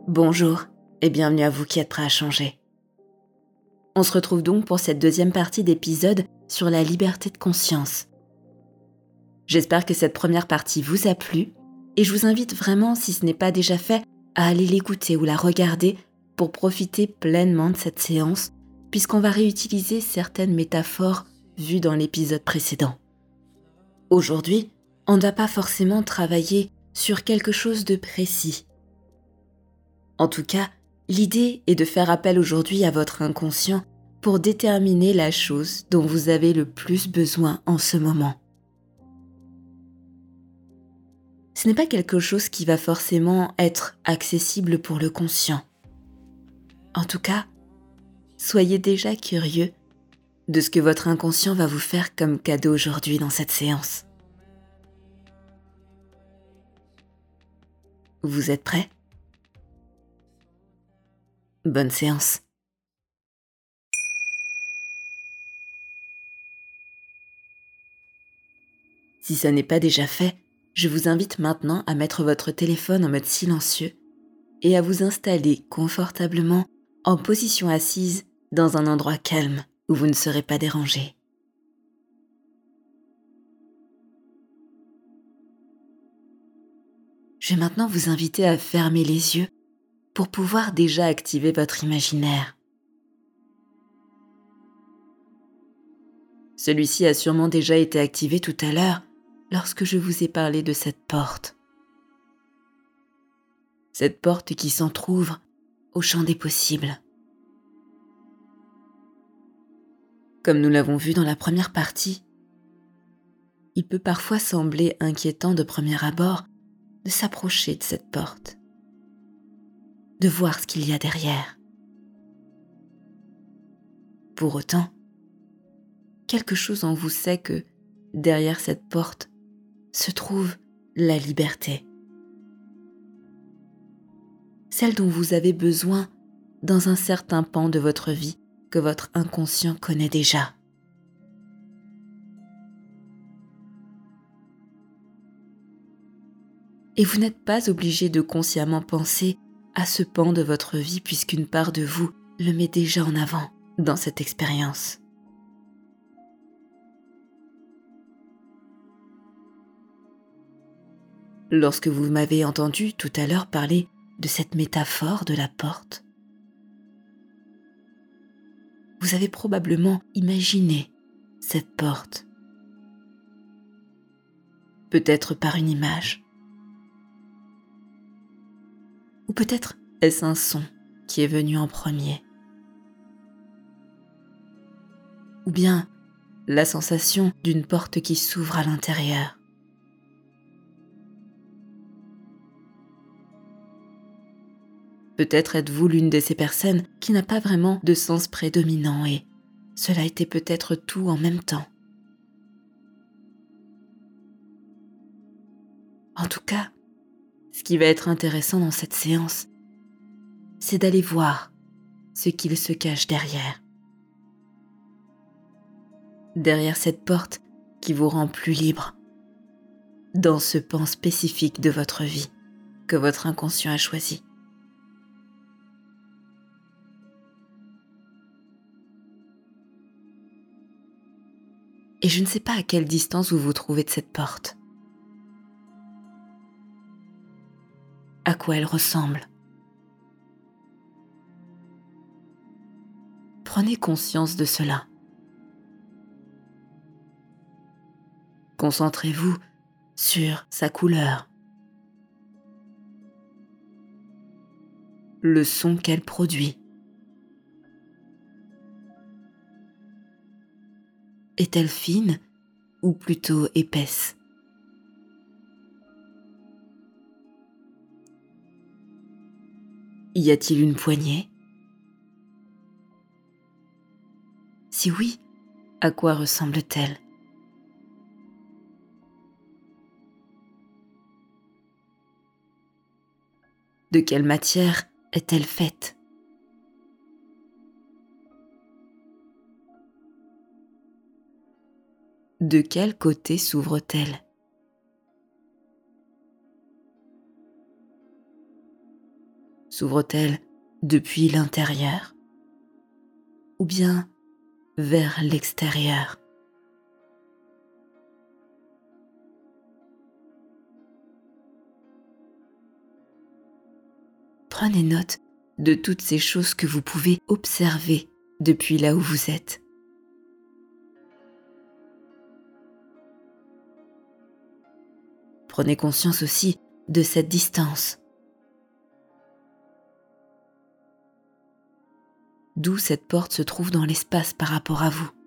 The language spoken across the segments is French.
Bonjour et bienvenue à vous qui êtes prêts à changer. On se retrouve donc pour cette deuxième partie d'épisode sur la liberté de conscience. J'espère que cette première partie vous a plu et je vous invite vraiment, si ce n'est pas déjà fait, à aller l'écouter ou la regarder pour profiter pleinement de cette séance puisqu'on va réutiliser certaines métaphores vues dans l'épisode précédent. Aujourd'hui, on ne va pas forcément travailler sur quelque chose de précis. En tout cas, l'idée est de faire appel aujourd'hui à votre inconscient pour déterminer la chose dont vous avez le plus besoin en ce moment. Ce n'est pas quelque chose qui va forcément être accessible pour le conscient. En tout cas, soyez déjà curieux de ce que votre inconscient va vous faire comme cadeau aujourd'hui dans cette séance. Vous êtes prêts ? Bonne séance. Si ça n'est pas déjà fait, je vous invite maintenant à mettre votre téléphone en mode silencieux et à vous installer confortablement en position assise dans un endroit calme où vous ne serez pas dérangé. Je vais maintenant vous inviter à fermer les yeux pour pouvoir déjà activer votre imaginaire. Celui-ci a sûrement déjà été activé tout à l'heure lorsque je vous ai parlé de cette porte. Cette porte qui s'entrouvre au champ des possibles. Comme nous l'avons vu dans la première partie, il peut parfois sembler inquiétant de premier abord de s'approcher de cette porte, de voir ce qu'il y a derrière. Pour autant, quelque chose en vous sait que derrière cette porte se trouve la liberté. Celle dont vous avez besoin dans un certain pan de votre vie que votre inconscient connaît déjà. Et vous n'êtes pas obligé de consciemment penser à ce pan de votre vie puisqu'une part de vous le met déjà en avant dans cette expérience. Lorsque vous m'avez entendu tout à l'heure parler de cette métaphore de la porte, vous avez probablement imaginé cette porte. Peut-être par une image. Ou peut-être est-ce un son qui est venu en premier. Ou bien la sensation d'une porte qui s'ouvre à l'intérieur. Peut-être êtes-vous l'une de ces personnes qui n'a pas vraiment de sens prédominant et cela était peut-être tout en même temps. En tout cas, ce qui va être intéressant dans cette séance, c'est d'aller voir ce qu'il se cache derrière. Derrière cette porte qui vous rend plus libre, dans ce pan spécifique de votre vie que votre inconscient a choisi. Et je ne sais pas à quelle distance vous vous trouvez de cette porte. À quoi elle ressemble. Prenez conscience de cela. Concentrez-vous sur sa couleur, le son qu'elle produit. Est-elle fine ou plutôt épaisse ? Y a-t-il une poignée ? Si oui, à quoi ressemble-t-elle ? De quelle matière est-elle faite ? De quel côté s'ouvre-t-elle ? s'ouvre-t-elle depuis l'intérieur ou bien vers l'extérieur? Prenez note de toutes ces choses que vous pouvez observer depuis là où vous êtes. Prenez conscience aussi de cette distance. D'où cette porte se trouve dans l'espace par rapport à vous.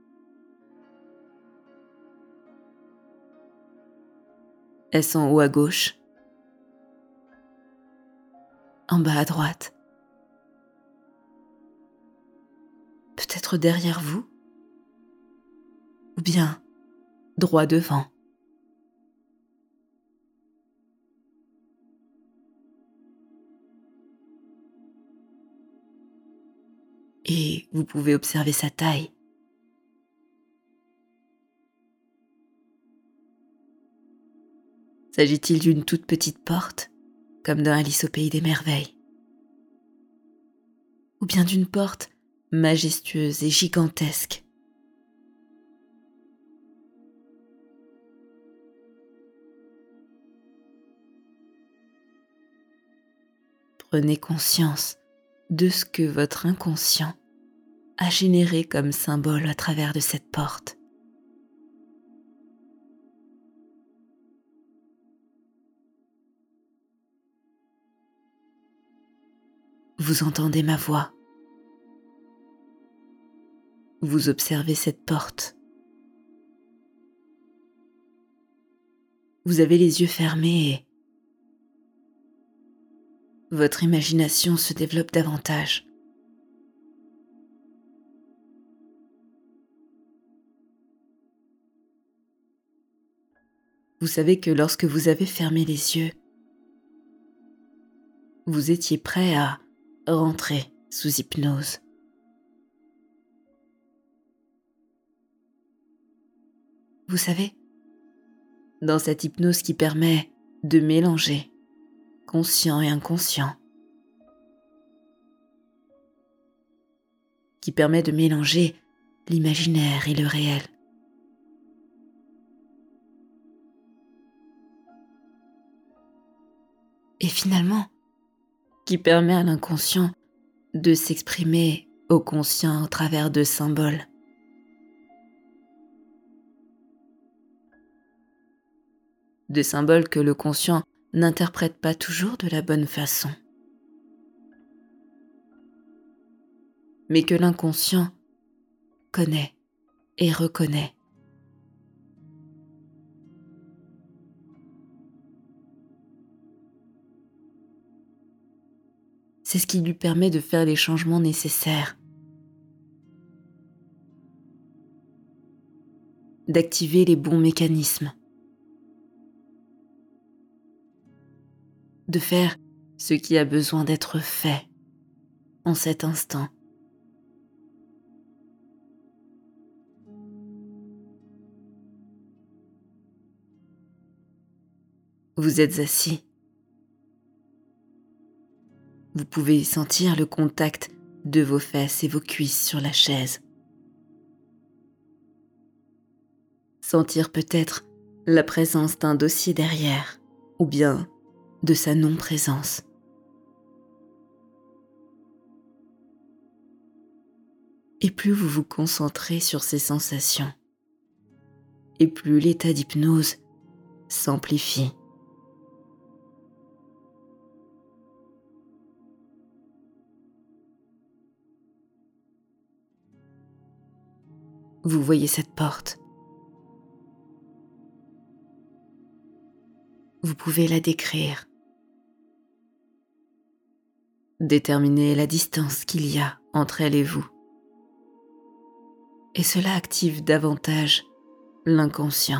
Est-ce en haut à gauche? En bas à droite? Peut-être derrière vous? Ou bien droit devant? Et vous pouvez observer sa taille. S'agit-il d'une toute petite porte, comme dans Alice au pays des merveilles? Ou bien d'une porte majestueuse et gigantesque? Prenez conscience de ce que votre inconscient a généré comme symbole à travers de cette porte. Vous entendez ma voix. Vous observez cette porte. Vous avez les yeux fermés et votre imagination se développe davantage. Vous savez que lorsque vous avez fermé les yeux, vous étiez prêt à rentrer sous hypnose. Vous savez, dans cette hypnose qui permet de mélanger conscient et inconscient, qui permet de mélanger l'imaginaire et le réel. Et finalement, qui permet à l'inconscient de s'exprimer au conscient au travers de symboles. De symboles que le conscient n'interprète pas toujours de la bonne façon, mais que l'inconscient connaît et reconnaît. C'est ce qui lui permet de faire les changements nécessaires, d'activer les bons mécanismes, de faire ce qui a besoin d'être fait en cet instant. Vous êtes assis. Vous pouvez sentir le contact de vos fesses et vos cuisses sur la chaise. Sentir peut-être la présence d'un dossier derrière, ou bien de sa non-présence. Et plus vous vous concentrez sur ces sensations, et plus l'état d'hypnose s'amplifie. Vous voyez cette porte. Vous pouvez la décrire. Déterminer la distance qu'il y a entre elle et vous. Et cela active davantage l'inconscient.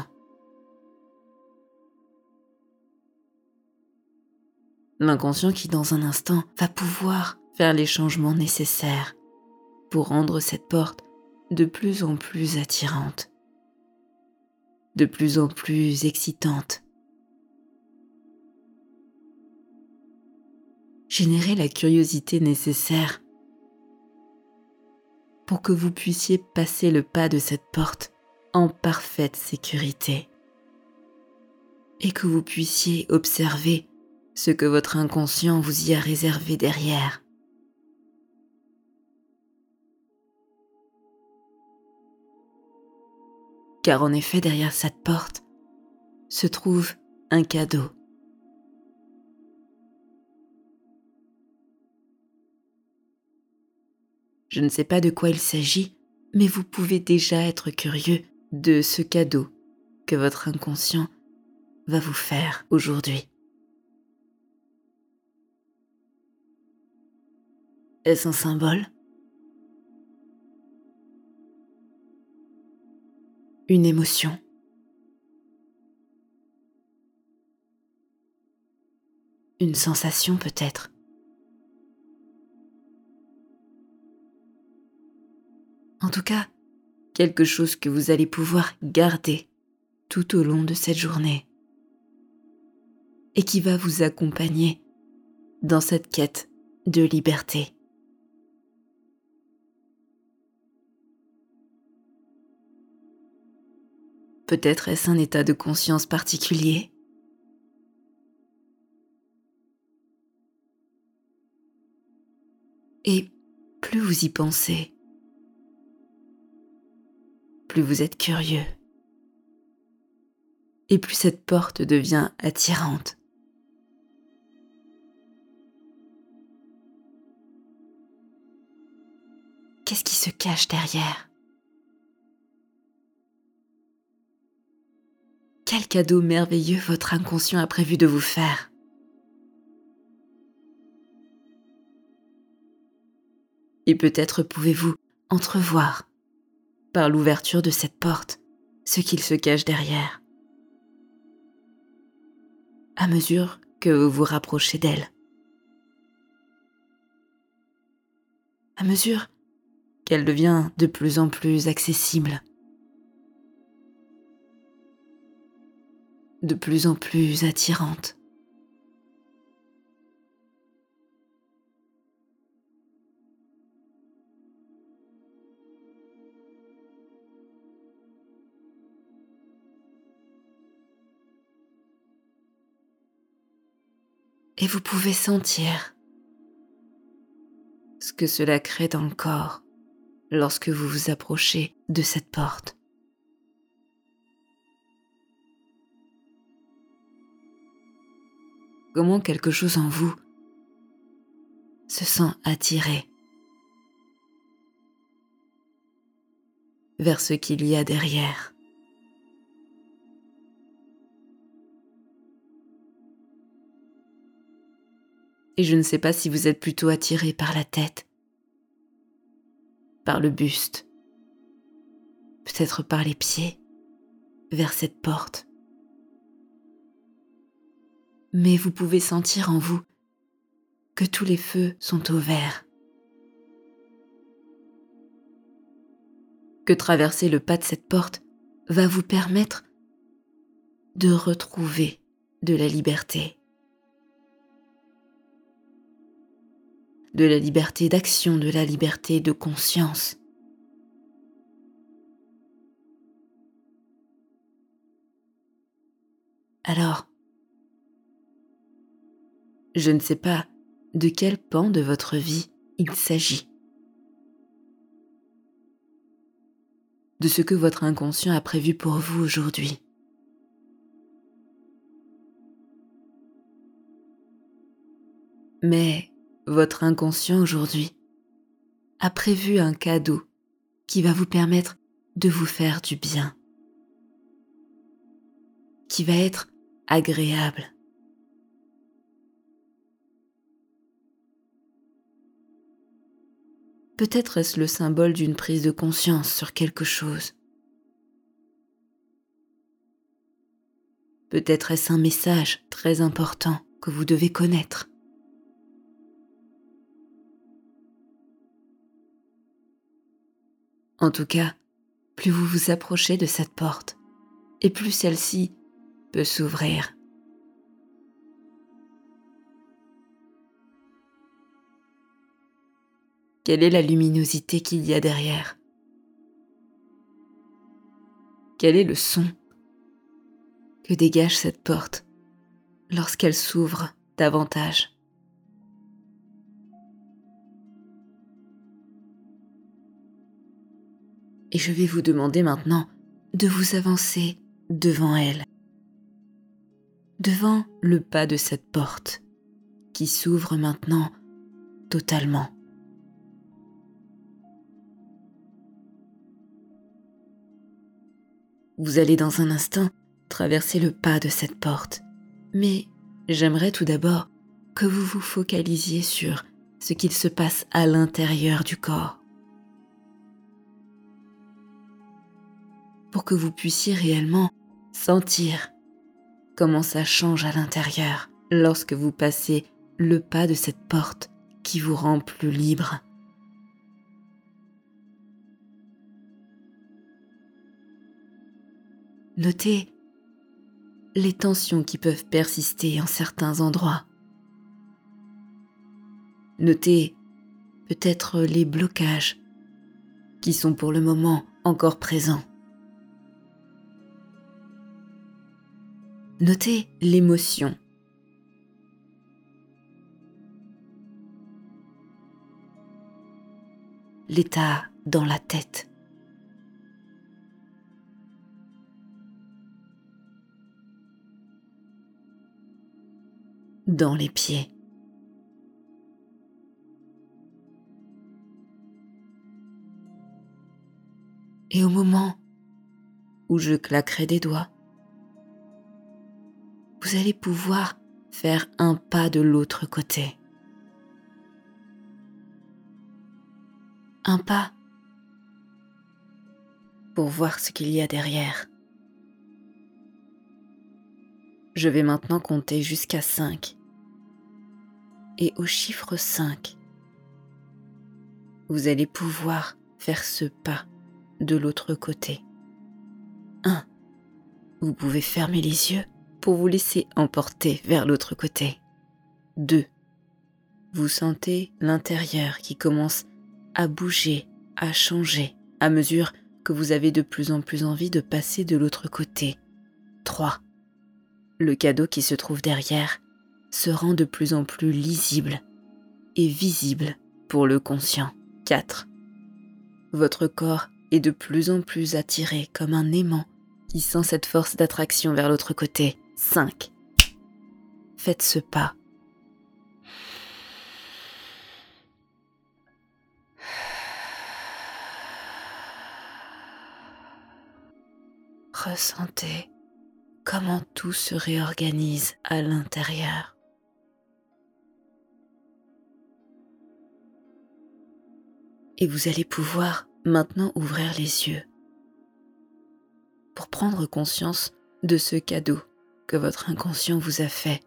L'inconscient qui, dans un instant, va pouvoir faire les changements nécessaires pour rendre cette porte de plus en plus attirante, de plus en plus excitante. générer la curiosité nécessaire pour que vous puissiez passer le pas de cette porte en parfaite sécurité et que vous puissiez observer ce que votre inconscient vous y a réservé derrière. Car en effet, derrière cette porte se trouve un cadeau. Je ne sais pas de quoi il s'agit, mais vous pouvez déjà être curieux de ce cadeau que votre inconscient va vous faire aujourd'hui. Est-ce un symbole? Une émotion? Une sensation peut-être? En tout cas, quelque chose que vous allez pouvoir garder tout au long de cette journée et qui va vous accompagner dans cette quête de liberté. Peut-être est-ce un état de conscience particulier? Et plus vous y pensez, plus vous êtes curieux, et plus cette porte devient attirante. Qu'est-ce qui se cache derrière? Quel cadeau merveilleux votre inconscient a prévu de vous faire? Et peut-être pouvez-vous entrevoir, par l'ouverture de cette porte, ce qu'il se cache derrière, à mesure que vous vous rapprochez d'elle, à mesure qu'elle devient de plus en plus accessible, de plus en plus attirante. Et vous pouvez sentir ce que cela crée dans le corps lorsque vous vous approchez de cette porte. Comment quelque chose en vous se sent attiré vers ce qu'il y a derrière. Et je ne sais pas si vous êtes plutôt attiré par la tête, par le buste, peut-être par les pieds, vers cette porte. Mais vous pouvez sentir en vous que tous les feux sont au vert, que traverser le pas de cette porte va vous permettre de retrouver de la liberté. De la liberté d'action, de la liberté de conscience. Alors, je ne sais pas de quel pan de votre vie il s'agit. De ce que votre inconscient a prévu pour vous aujourd'hui. Mais votre inconscient aujourd'hui a prévu un cadeau qui va vous permettre de vous faire du bien, qui va être agréable. Peut-être est-ce le symbole d'une prise de conscience sur quelque chose. Peut-être est-ce un message très important que vous devez connaître. En tout cas, plus vous vous approchez de cette porte, et plus celle-ci peut s'ouvrir. Quelle est la luminosité qu'il y a derrière? Quel est le son que dégage cette porte lorsqu'elle s'ouvre davantage? Et je vais vous demander maintenant de vous avancer devant elle, devant le pas de cette porte qui s'ouvre maintenant totalement. Vous allez dans un instant traverser le pas de cette porte, mais j'aimerais tout d'abord que vous vous focalisiez sur ce qu'il se passe à l'intérieur du corps, pour que vous puissiez réellement sentir comment ça change à l'intérieur lorsque vous passez le pas de cette porte qui vous rend plus libre. Notez les tensions qui peuvent persister en certains endroits. Notez peut-être les blocages qui sont pour le moment encore présents. Notez l'émotion. L'état dans la tête. Dans les pieds. Et au moment où je claquerai des doigts, vous allez pouvoir faire un pas de l'autre côté. Un pas pour voir ce qu'il y a derrière. Je vais maintenant compter jusqu'à 5. Et au chiffre 5, vous allez pouvoir faire ce pas de l'autre côté. 1. Vous pouvez fermer les yeux pour vous laisser emporter vers l'autre côté. 2. Vous sentez l'intérieur qui commence à bouger, à changer, à mesure que vous avez de plus en plus envie de passer de l'autre côté. 3. Le cadeau qui se trouve derrière se rend de plus en plus lisible et visible pour le conscient. 4. Votre corps est de plus en plus attiré comme un aimant qui sent cette force d'attraction vers l'autre côté. 5. Faites ce pas. Ressentez comment tout se réorganise à l'intérieur. Et vous allez pouvoir maintenant ouvrir les yeux pour prendre conscience de ce cadeau que votre inconscient vous a fait.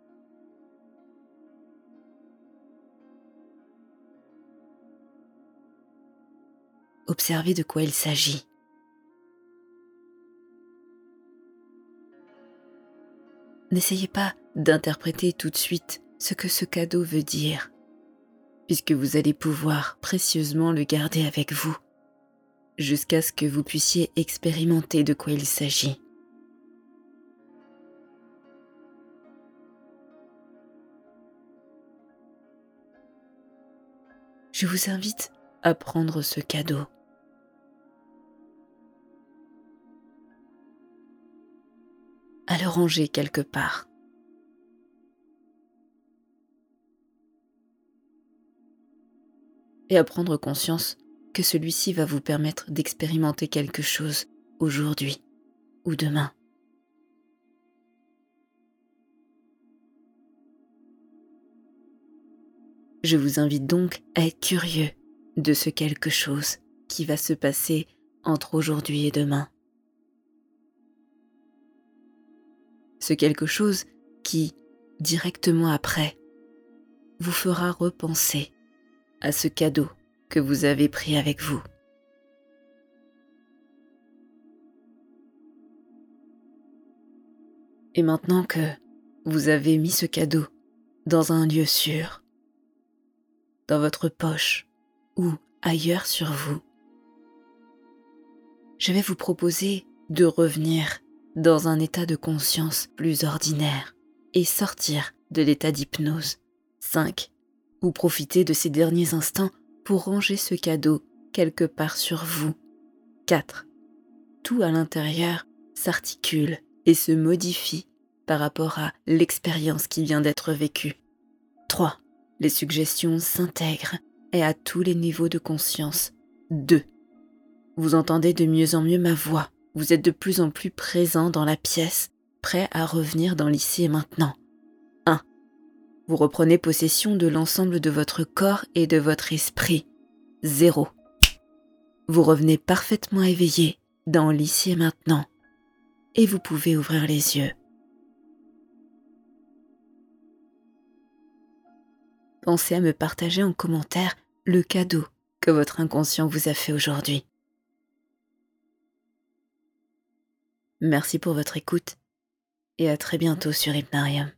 Observez de quoi il s'agit. N'essayez pas d'interpréter tout de suite ce que ce cadeau veut dire, puisque vous allez pouvoir précieusement le garder avec vous, jusqu'à ce que vous puissiez expérimenter de quoi il s'agit. Je vous invite à prendre ce cadeau. À le ranger quelque part. Et à prendre conscience que celui-ci va vous permettre d'expérimenter quelque chose aujourd'hui ou demain. Je vous invite donc à être curieux de ce quelque chose qui va se passer entre aujourd'hui et demain. Ce quelque chose qui, directement après, vous fera repenser à ce cadeau que vous avez pris avec vous. Et maintenant que vous avez mis ce cadeau dans un lieu sûr, dans votre poche ou ailleurs sur vous. Je vais vous proposer de revenir dans un état de conscience plus ordinaire et sortir de l'état d'hypnose. 5. Vous profitez de ces derniers instants pour ranger ce cadeau quelque part sur vous. 4. Tout à l'intérieur s'articule et se modifie par rapport à l'expérience qui vient d'être vécue. 3. Les suggestions s'intègrent et à tous les niveaux de conscience. 2. Vous entendez de mieux en mieux ma voix. Vous êtes de plus en plus présent dans la pièce, prêt à revenir dans l'ici et maintenant. 1. Vous reprenez possession de l'ensemble de votre corps et de votre esprit. 0. Vous revenez parfaitement éveillé dans l'ici et maintenant. Et vous pouvez ouvrir les yeux. Pensez à me partager en commentaire le cadeau que votre inconscient vous a fait aujourd'hui. Merci pour votre écoute et à très bientôt sur Hypnarium.